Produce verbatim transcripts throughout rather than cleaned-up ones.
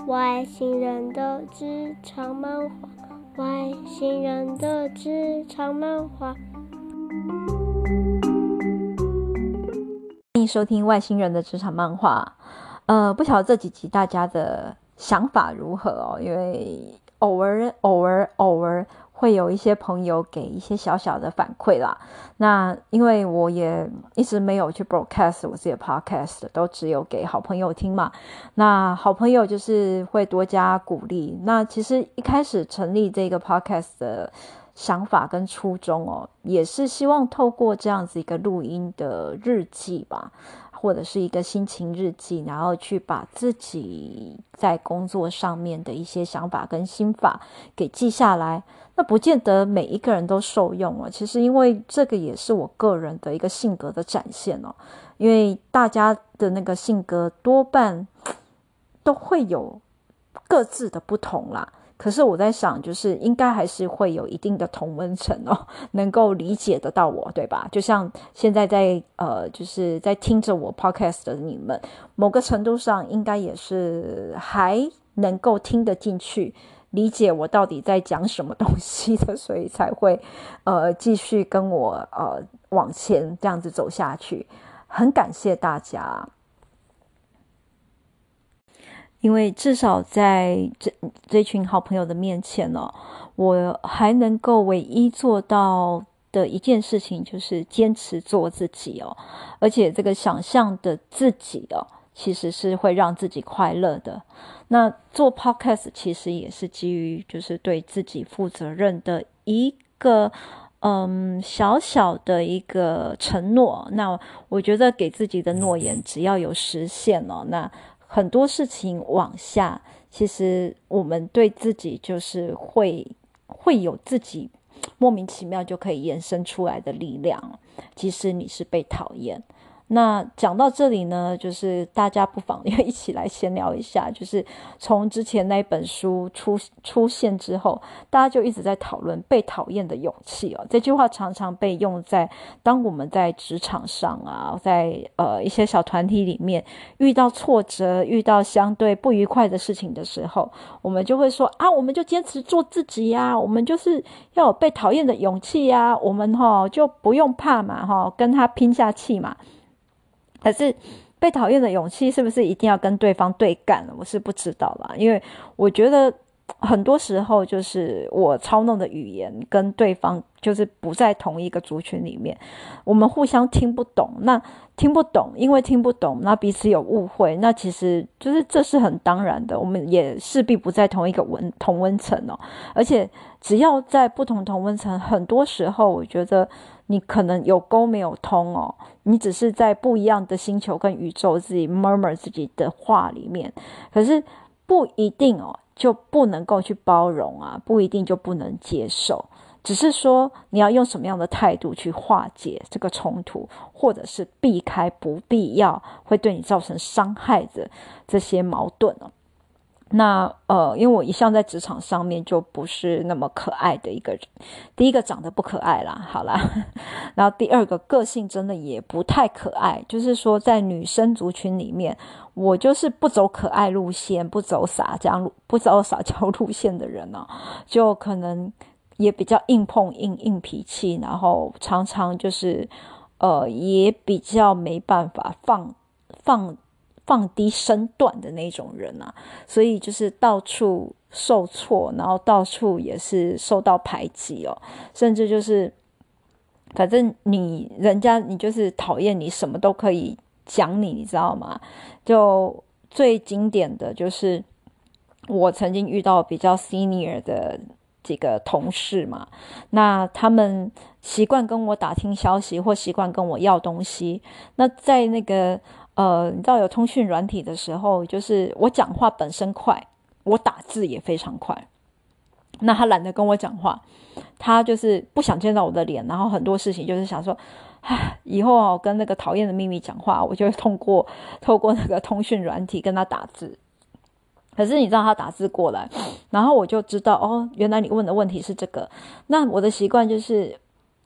外星人的职场漫画，外星人的职场漫画。 欢迎收听外星人的职场漫画。呃，不晓得这几集大家的想法如何哦，因为偶尔偶尔偶尔会有一些朋友给一些小小的反馈啦。那因为我也一直没有去 broadcast 我自己的 podcast， 都只有给好朋友听嘛。那好朋友就是会多加鼓励。那其实一开始成立这个 podcast 的想法跟初衷哦，也是希望透过这样子一个录音的日记吧，或者是一个心情日记，然后去把自己在工作上面的一些想法跟心法给记下来。那不见得每一个人都受用哦，其实因为这个也是我个人的一个性格的展现哦，因为大家的那个性格多半都会有各自的不同啦。可是我在想，就是应该还是会有一定的同温层哦，能够理解得到我，对吧？就像现在在呃，就是在听着我 podcast 的你们，某个程度上应该也是还能够听得进去，理解我到底在讲什么东西的，所以才会呃继续跟我呃往前这样子走下去。很感谢大家。因为至少在这这群好朋友的面前哦，我还能够唯一做到的一件事情就是坚持做自己哦，而且这个想象的自己哦，其实是会让自己快乐的。那做 podcast 其实也是基于就是对自己负责任的一个嗯小小的一个承诺。那我觉得给自己的诺言只要有实现哦，那很多事情往下，其实我们对自己就是会会有自己莫名其妙就可以延伸出来的力量，即使你是被讨厌。那讲到这里呢，就是大家不妨也一起来闲聊一下，就是从之前那本书出出现之后，大家就一直在讨论被讨厌的勇气哦。这句话常常被用在当我们在职场上啊，在呃一些小团体里面遇到挫折、遇到相对不愉快的事情的时候，我们就会说啊，我们就坚持做自己呀、啊，我们就是要有被讨厌的勇气呀、啊，我们齁就不用怕嘛，齁跟他拼下去嘛。可是被讨厌的勇气是不是一定要跟对方对干了？我是不知道啦，因为我觉得很多时候就是我操弄的语言跟对方就是不在同一个族群里面，我们互相听不懂，那听不懂，因为听不懂，那彼此有误会，那其实就是这是很当然的，我们也势必不在同一个温同温层哦。而且只要在不同同温层，很多时候我觉得你可能有沟没有通哦，你只是在不一样的星球跟宇宙自己 murmur 自己的话里面，可是不一定哦就不能够去包容啊，不一定就不能接受，只是说你要用什么样的态度去化解这个冲突，或者是避开不必要会对你造成伤害的这些矛盾哦。那呃，因为我一向在职场上面就不是那么可爱的一个人，第一个长得不可爱啦，好啦，然后第二个个性真的也不太可爱，就是说在女生族群里面，我就是不走可爱路线，不走撒娇路，不走撒娇路线的人哦，就可能也比较硬碰硬、硬脾气，然后常常就是呃，也比较没办法放放。放低身段的那种人啊，所以就是到处受挫，然后到处也是受到排挤哦，甚至就是反正你人家你就是讨厌你，什么都可以讲你，你知道吗？就最经典的就是我曾经遇到比较 senior 的几个同事嘛，那他们习惯跟我打听消息，或习惯跟我要东西，那在那个呃，你知道有通讯软体的时候，就是我讲话本身快，我打字也非常快。那他懒得跟我讲话，他就是不想见到我的脸，然后很多事情就是想说，唉，以后啊，我跟那个讨厌的秘密讲话，我就会通过透过那个通讯软体跟他打字。可是你知道他打字过来，然后我就知道哦，原来你问的问题是这个。那我的习惯就是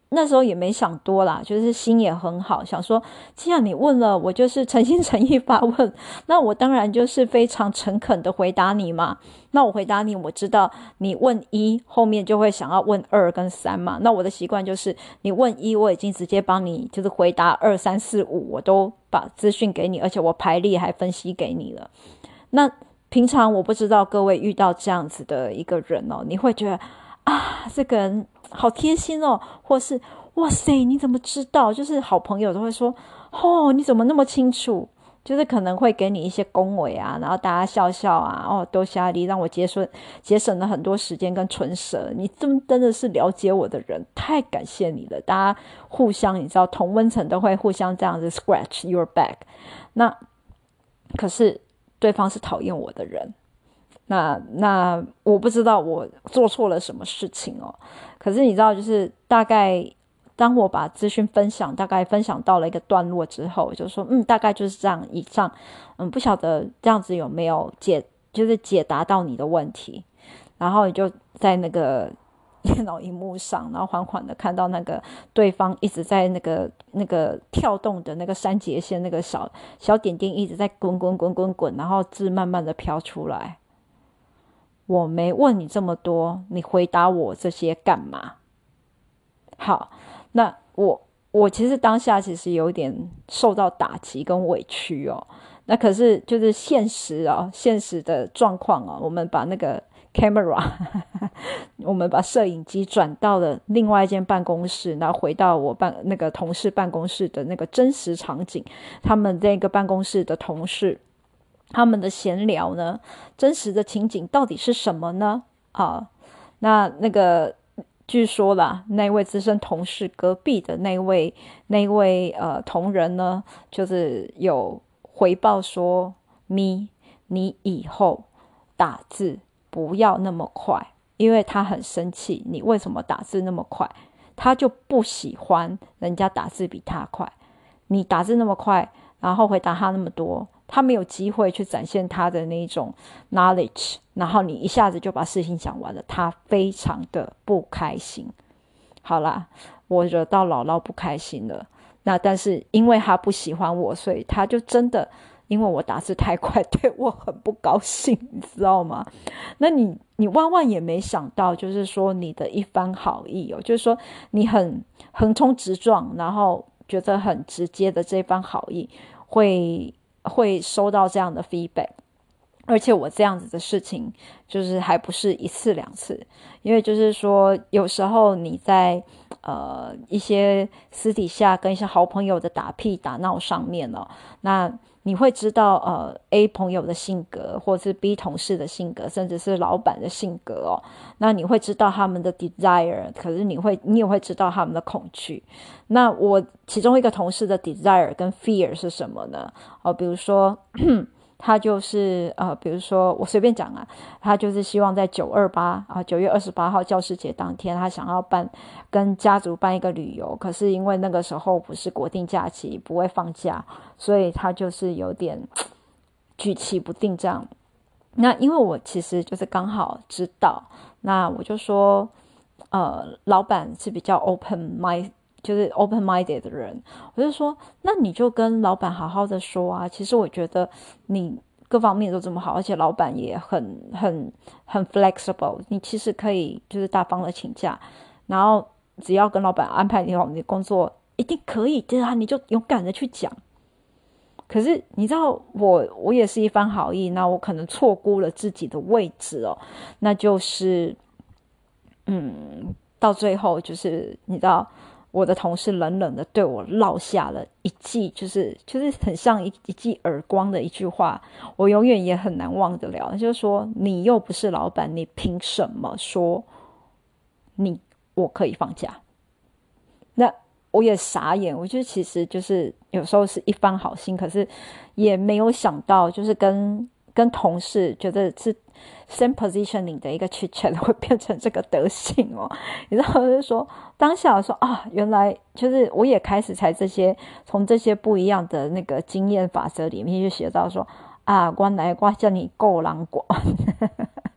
那时候也没想多啦，就是心也很好，想说既然你问了，我就是诚心诚意发问，那我当然就是非常诚恳的回答你嘛。那我回答你，我知道你问一后面就会想要问二跟三嘛，那我的习惯就是你问一，我已经直接帮你就是回答二三四五，我都把资讯给你，而且我排列还分析给你了。那平常我不知道各位遇到这样子的一个人哦，你会觉得啊，这个人好贴心哦，或是哇塞你怎么知道，就是好朋友都会说哦你怎么那么清楚，就是可能会给你一些恭维啊，然后大家笑笑啊，哦多谢你让我节省节省了很多时间跟唇舌，你这么真的是了解我的人，太感谢你了。大家互相你知道同温层都会互相这样子 scratch your back， 那可是对方是讨厌我的人，那那我不知道我做错了什么事情哦。可是你知道，就是大概当我把资讯分享，大概分享到了一个段落之后，我就说嗯，大概就是这样以上，嗯，不晓得这样子有没有解，就是解答到你的问题。然后你就在那个电脑荧幕上，然后缓缓的看到那个对方一直在那个那个跳动的那个删节线，那个小小点点一直在滚滚滚滚滚，然后字慢慢的飘出来。我没问你这么多，你回答我这些干嘛？好，那我我其实当下其实有点受到打击跟委屈哦。那可是就是现实哦，现实的状况哦，我们把那个 camera 我们把摄影机转到了另外一间办公室，然后回到我办那个同事办公室的那个真实场景，他们那个办公室的同事他们的闲聊呢，真实的情景到底是什么呢？啊，那那个据说啦，那位资深同事隔壁的那位那位呃同仁呢，就是有回报说，咪，你以后打字不要那么快，因为他很生气，你为什么打字那么快？他就不喜欢人家打字比他快，你打字那么快，然后回答他那么多。他没有机会去展现他的那种 knowledge， 然后你一下子就把事情讲完了，他非常的不开心。好啦，我惹到姥姥不开心了，那但是因为他不喜欢我，所以他就真的因为我打字太快，对我很不高兴，你知道吗？那你你万万也没想到，就是说你的一番好意哦，就是说你很横冲直撞，然后觉得很直接的这番好意会会收到这样的 feedback， 而且我这样子的事情就是还不是一次两次，因为就是说有时候你在呃一些私底下跟一些好朋友的打屁打闹上面哦，那你会知道呃 A 朋友的性格，或是 B 同事的性格，甚至是老板的性格哦，那你会知道他们的 desire， 可是你会你也会知道他们的恐惧。那我其中一个同事的 desire 跟 fear 是什么呢？哦，比如说他就是呃，比如说我随便讲啊，他就是希望在九二八啊，九月二十八号教师节当天，他想要办跟家族办一个旅游，可是因为那个时候不是国定假期，不会放假，所以他就是有点举棋不定这样。那因为我其实就是刚好知道，那我就说，呃，老板是比较 open mind。就是 open-minded 的人，我就说，那你就跟老板好好的说啊。其实我觉得你各方面都这么好，而且老板也很很很 flexible， 你其实可以就是大方的请假，然后只要跟老板安排好你的工作，一定可以对啊，你就勇敢的去讲。可是你知道我我也是一番好意，那我可能错估了自己的位置哦，那就是嗯，到最后就是你知道。我的同事冷冷的对我落下了一记，就是就是很像一一记耳光的一句话，我永远也很难忘得了。就是说，你又不是老板，你凭什么说你我可以放假？那我也傻眼，我觉得其实就是有时候是一番好心，可是也没有想到，就是跟跟同事觉得是 same positioning 的一个 chit chat 会变成这个德性哦，你知道，就是说当下我说啊，原来就是我也开始才这些从这些不一样的那个经验法则里面就学到说啊，原来我叫你够人管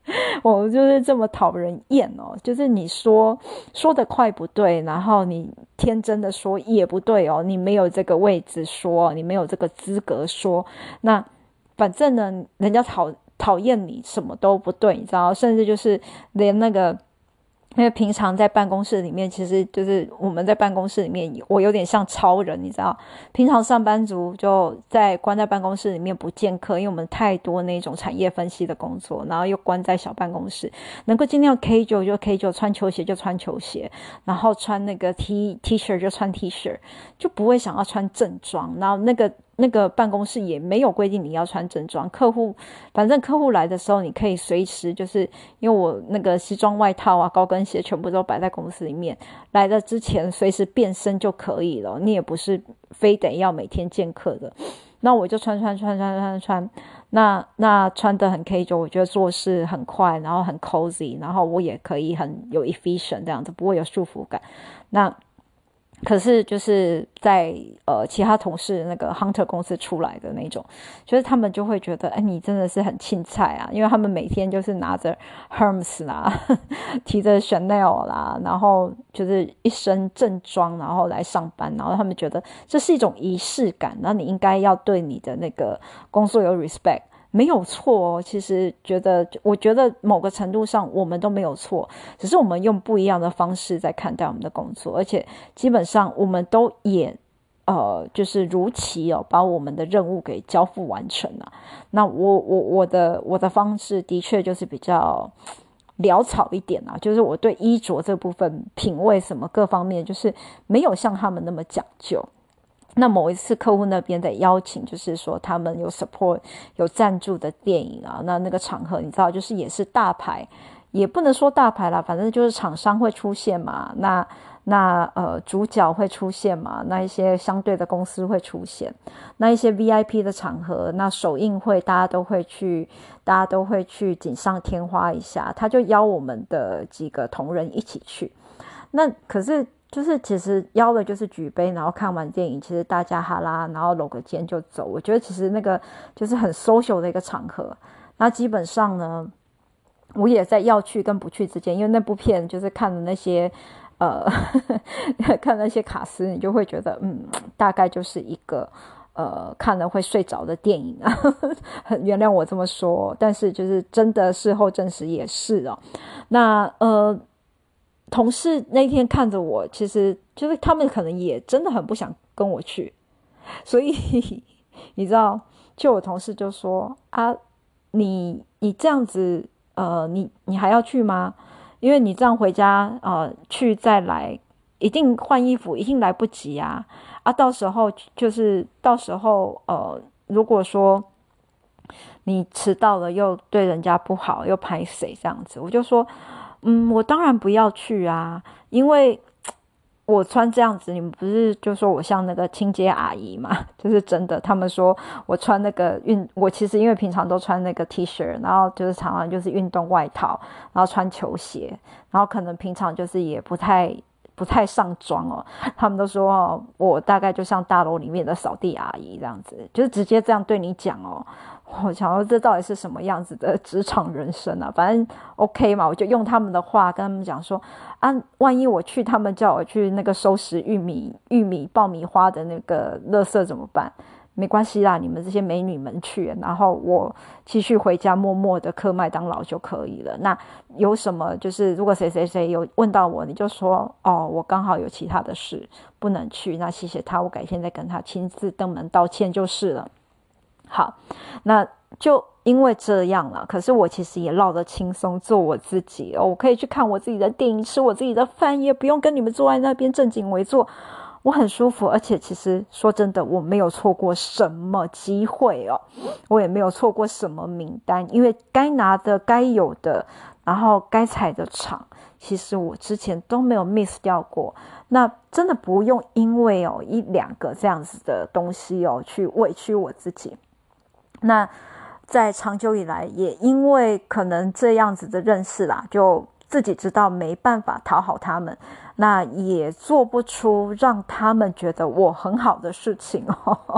我就是这么讨人厌哦，就是你说说得快不对，然后你天真的说也不对哦，你没有这个位置说，你没有这个资格说，那反正呢，人家讨讨厌你什么都不对，你知道，甚至就是连那个。因为平常在办公室里面，其实就是我们在办公室里面，我有点像超人，你知道，平常上班族就在关在办公室里面不见客，因为我们太多那种产业分析的工作，然后又关在小办公室，能够尽量 K 九就 K 九，穿球鞋就穿球鞋，然后穿那个 T T 恤就穿 T 恤，就不会想要穿正装，然后那个。那个办公室也没有规定你要穿正装，客户反正客户来的时候，你可以随时就是因为我那个西装外套啊、高跟鞋全部都摆在公司里面，来了之前随时变身就可以了，你也不是非得要每天见客的。那我就穿穿穿穿穿穿，那那穿得很 K 九，我觉得做事很快，然后很 cozy， 然后我也可以很有 efficient 这样子，不会有束缚感。那可是就是在呃其他同事那个 Hunter 公司出来的那种，就是他们就会觉得，哎，你真的是很青菜啊，因为他们每天就是拿着 Hermes 啦，提着 Chanel 啦，然后就是一身正装，然后来上班，然后他们觉得这是一种仪式感，然后你应该要对你的那个工作有 respect。没有错哦，其实觉得，我觉得某个程度上我们都没有错，只是我们用不一样的方式在看待我们的工作，而且基本上我们都也呃，就是如期哦，把我们的任务给交付完成了。那我我我的我的方式的确就是比较潦草一点啊，就是我对衣着这部分品味什么各方面，就是没有像他们那么讲究。那某一次客户那边的邀请，就是说他们有 support 有赞助的电影啊，那那个场合你知道，就是也是大牌，也不能说大牌啦，反正就是厂商会出现嘛，那那呃主角会出现嘛，那一些相对的公司会出现，那一些 V I P 的场合，那首映会大家都会去，大家都会去锦上添花一下，他就邀我们的几个同仁一起去，那可是。就是其实邀的就是举杯，然后看完电影，其实大家哈拉，然后搂个肩就走。我觉得其实那个就是很 social 的一个场合。那基本上呢，我也在要去跟不去之间，因为那部片就是看的那些呃看那些卡司，你就会觉得嗯，大概就是一个呃看了会睡着的电影啊。原谅我这么说，但是就是真的事后证实也是哦。那呃。同事那天看着我，其实就是他们可能也真的很不想跟我去，所以你知道，就我同事就说啊，你你这样子，呃，你你还要去吗？因为你这样回家，呃，去再来，一定换衣服，一定来不及啊！啊，到时候就是到时候，呃，如果说你迟到了，又对人家不好，又拍谁这样子，我就说。嗯，我当然不要去啊，因为我穿这样子，你们不是就说我像那个清洁阿姨嘛？就是真的，他们说我穿那个运，我其实因为平常都穿那个 T 恤，然后就是常常就是运动外套，然后穿球鞋，然后可能平常就是也不太不太上妆哦。他们都说哦，我大概就像大楼里面的扫地阿姨这样子，就是直接这样对你讲哦。我想说这到底是什么样子的职场人生啊？反正 OK 嘛，我就用他们的话跟他们讲说啊，万一我去，他们叫我去那个收拾玉米、玉米、爆米花的那个垃圾怎么办？没关系啦，你们这些美女们去，然后我继续回家默默的嗑麦当劳就可以了。那有什么就是如果谁谁谁有问到我，你就说哦，我刚好有其他的事不能去，那谢谢他，我改天再跟他亲自登门道歉就是了。好，那就因为这样了，可是我其实也落得轻松，做我自己哦，我可以去看我自己的电影，吃我自己的饭，也不用跟你们坐在那边正襟危坐，我很舒服。而且其实说真的，我没有错过什么机会哦，我也没有错过什么名单，因为该拿的、该有的，然后该踩的场，其实我之前都没有 miss 掉过。那真的不用因为哦一两个这样子的东西哦去委屈我自己。那在长久以来，也因为可能这样子的认识啦，就自己知道没办法讨好他们，那也做不出让他们觉得我很好的事情哦。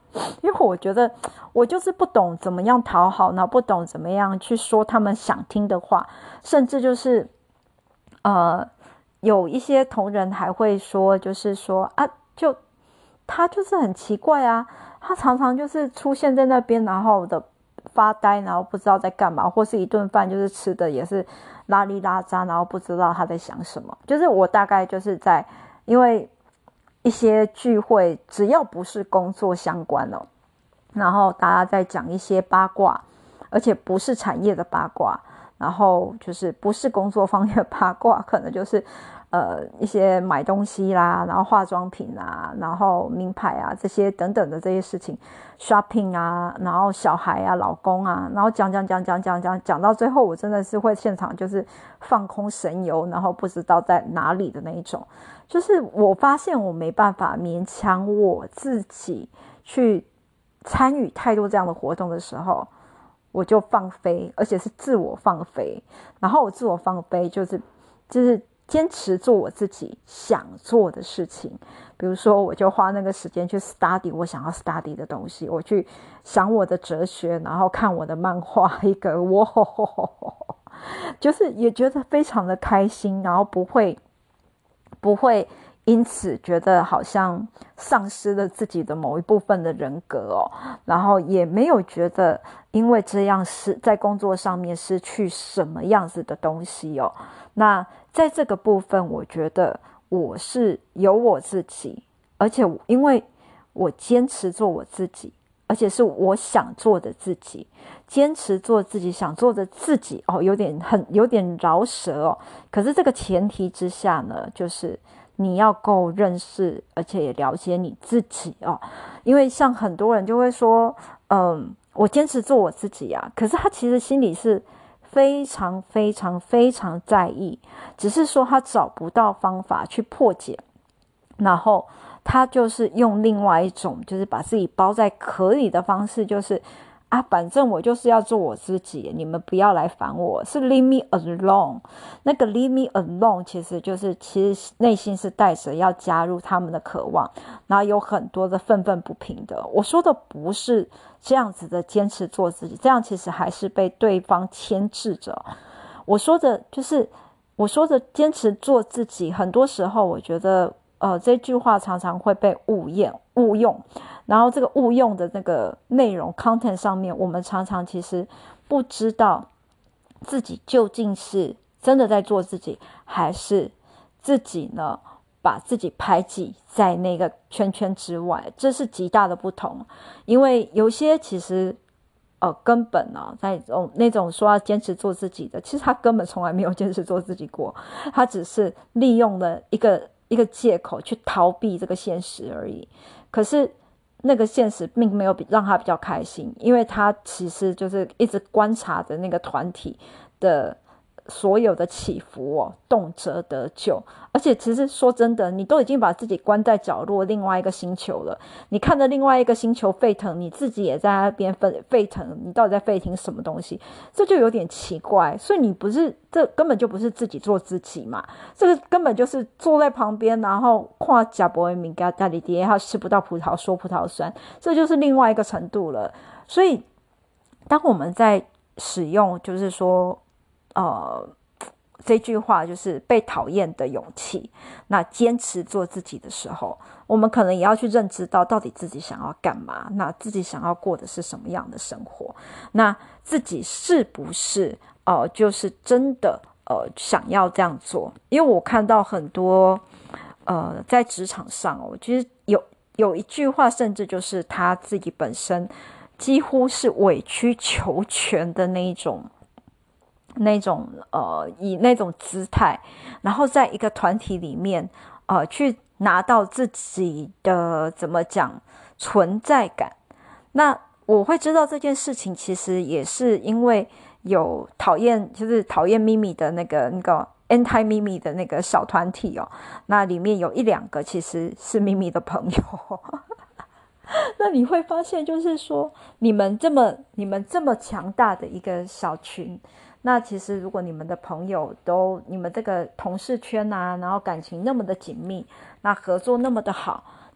因为我觉得我就是不懂怎么样讨好，然后不懂怎么样去说他们想听的话，甚至就是呃，有一些同仁还会说，就是说啊，就他就是很奇怪啊，他常常就是出现在那边，然后的发呆，然后不知道在干嘛，或是一顿饭就是吃的也是拉里拉渣，然后不知道他在想什么。就是我大概就是在因为一些聚会，只要不是工作相关哦，然后大家在讲一些八卦，而且不是产业的八卦，然后就是不是工作方面的八卦，可能就是呃一些买东西啦，然后化妆品啊，然后名牌啊这些等等的这些事情 ，shopping 啊，然后小孩啊、老公啊，然后讲讲讲讲讲讲讲到最后，我真的是会现场就是放空神游，然后不知道在哪里的那一种。就是我发现我没办法勉强我自己去参与太多这样的活动的时候，我就放飞，而且是自我放飞。然后我自我放飞就是就是坚持做我自己想做的事情。比如说我就花那个时间去 study 我想要 study 的东西，我去想我的哲学，然后看我的漫画，一个哇，就是也觉得非常的开心，然后不会不会因此觉得好像丧失了自己的某一部分的人格哦，然后也没有觉得因为这样是在工作上面失去什么样子的东西哦。那在这个部分，我觉得我是有我自己，而且因为我坚持做我自己，而且是我想做的自己，坚持做自己想做的自己哦，有点很有点饶舌哦。可是这个前提之下呢，就是你要够认识，而且也了解你自己哦。因为像很多人就会说，嗯，我坚持做我自己啊，可是他其实心里是非常非常非常在意，只是说他找不到方法去破解，然后他就是用另外一种就是把自己包在壳里的方式，就是啊，反正我就是要做我自己，你们不要来烦我，是 leave me alone。 那个 leave me alone 其实就是其实内心是带着要加入他们的渴望，然后有很多的愤愤不平的。我说的不是这样子的坚持做自己，这样其实还是被对方牵制着。我说的就是我说的坚持做自己，很多时候我觉得呃，这句话常常会被误用误用，然后这个误用的那个内容 content 上面，我们常常其实不知道自己究竟是真的在做自己，还是自己呢把自己排挤在那个圈圈之外，这是极大的不同。因为有些其实呃，根本呢、啊，在种那种说要坚持做自己的，其实他根本从来没有坚持做自己过，他只是利用了一个一个借口去逃避这个现实而已。可是那个现实并没有让他比较开心，因为他其实就是一直观察着那个团体的所有的起伏哦，动辄得咎。而且其实说真的，你都已经把自己关在角落另外一个星球了，你看着另外一个星球沸腾，你自己也在那边沸腾，你到底在沸腾什么东西？这就有点奇怪。所以你不是，这根本就不是自己做自己嘛，这个根本就是坐在旁边，然后看假博为民给他大力爹，他吃不到葡萄说葡萄酸，这就是另外一个程度了。所以当我们在使用就是说呃这句话，就是被讨厌的勇气，那坚持做自己的时候，我们可能也要去认知到到底自己想要干嘛，那自己想要过的是什么样的生活，那自己是不是呃就是真的呃想要这样做。因为我看到很多呃在职场上哦，其实有有一句话，甚至就是他自己本身几乎是委曲求全的那一种那种呃，以那种姿态，然后在一个团体里面呃，去拿到自己的怎么讲存在感。那我会知道这件事情其实也是因为有讨厌就是讨厌咪咪的那个那个 anti 咪咪的那个小团体哦，那里面有一两个其实是咪咪的朋友那你会发现就是说你们这么你们这么强大的一个小群，那其实如果你们的朋友都你们这个同事圈啊，然后感情那么的紧密，那合作那么的好，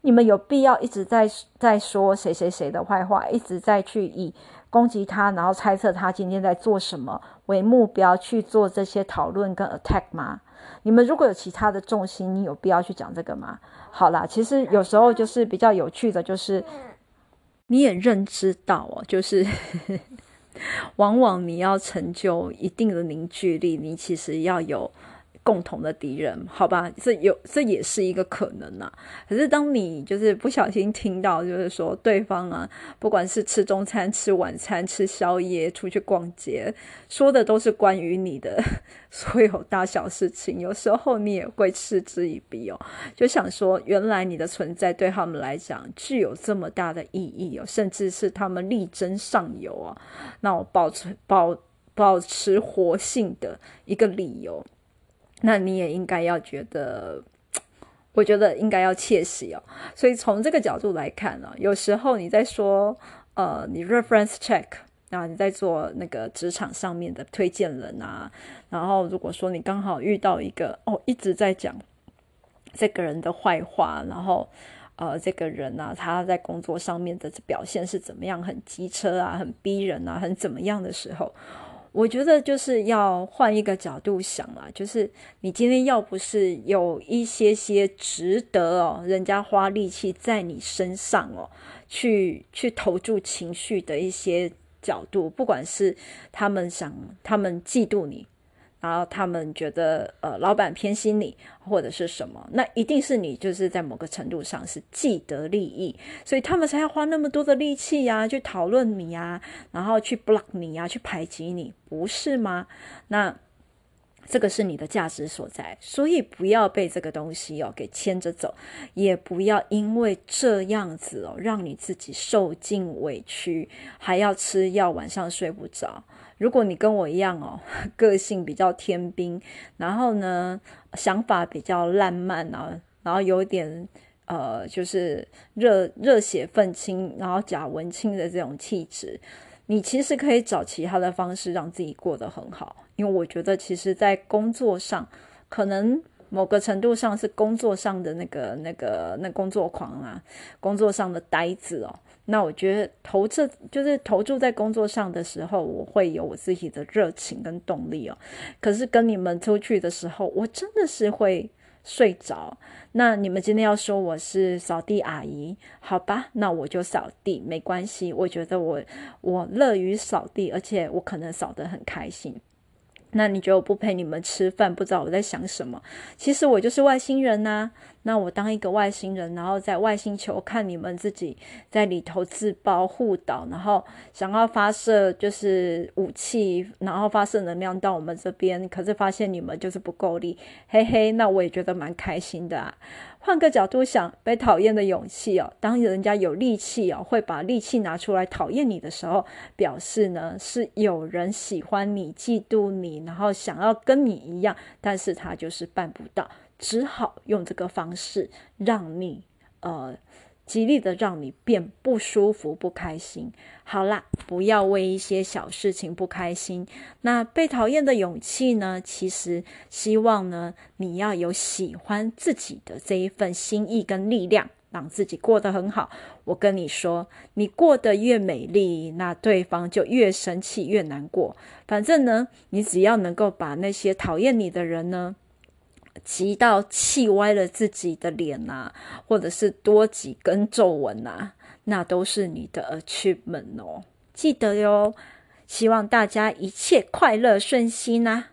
你们有必要一直在在说谁谁谁的坏话，一直在去以攻击他，然后猜测他今天在做什么为目标去做这些讨论跟 attack 吗？你们如果有其他的重心，你有必要去讲这个吗？好啦，其实有时候就是比较有趣的，就是你也认知到哦，就是往往你要成就一定的凝聚力，你其实要有共同的敌人，好吧，这有这也是一个可能啊。可是当你就是不小心听到，就是说对方啊，不管是吃中餐、吃晚餐、吃宵夜、出去逛街，说的都是关于你的所有大小事情，有时候你也会嗤之以鼻哦，就想说原来你的存在对他们来讲具有这么大的意义哦，甚至是他们力争上游啊，那我保持保保持活性的一个理由。那你也应该要觉得，我觉得应该要窃喜哦。所以从这个角度来看呢、哦，有时候你在说，呃，你 reference check， 啊，你在做那个职场上面的推荐人啊，然后如果说你刚好遇到一个哦一直在讲这个人的坏话，然后呃这个人啊他在工作上面的表现是怎么样，很机车啊，很逼人啊，很怎么样的时候。我觉得就是要换一个角度想啦，就是你今天要不是有一些些值得哦，人家花力气在你身上哦，去去投注情绪的一些角度，不管是他们想他们嫉妒你，然后他们觉得呃老板偏心你或者是什么，那一定是你就是在某个程度上是既得利益，所以他们才要花那么多的力气啊去讨论你啊，然后去 block 你啊，去排挤你，不是吗？那这个是你的价值所在，所以不要被这个东西哦给牵着走，也不要因为这样子哦让你自己受尽委屈，还要吃药晚上睡不着。如果你跟我一样哦，个性比较天兵，然后呢想法比较烂漫啊，然后有点呃就是热热血愤青，然后假文青的这种气质，你其实可以找其他的方式让自己过得很好。因为我觉得其实在工作上可能某个程度上是工作上的那个那个那工作狂啊，工作上的呆子哦。那我觉得投这就是投注在工作上的时候，我会有我自己的热情跟动力哦。可是跟你们出去的时候，我真的是会睡着。那你们今天要说我是扫地阿姨，好吧，那我就扫地，没关系。我觉得我我乐于扫地，而且我可能扫得很开心。那你觉得我不陪你们吃饭，不知道我在想什么？其实我就是外星人啊。那我当一个外星人，然后在外星球看你们自己在里头自爆互导，然后想要发射就是武器，然后发射能量到我们这边，可是发现你们就是不够力，嘿嘿，那我也觉得蛮开心的啊。换个角度想，被讨厌的勇气哦，当人家有力气哦，会把力气拿出来讨厌你的时候，表示呢是有人喜欢你、嫉妒你，然后想要跟你一样，但是他就是办不到，只好用这个方式让你呃极力的让你变不舒服、不开心。好啦，不要为一些小事情不开心。那被讨厌的勇气呢，其实希望呢你要有喜欢自己的这一份心意跟力量，让自己过得很好。我跟你说，你过得越美丽，那对方就越生气越难过。反正呢，你只要能够把那些讨厌你的人呢急到气歪了自己的脸啊，或者是多几根皱纹啊，那都是你的 achievement 哦，记得哟。希望大家一切快乐顺心啊。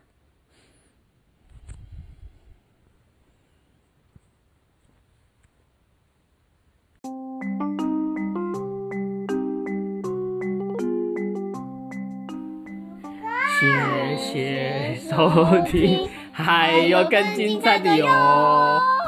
谢谢收听，还有更精彩的哟。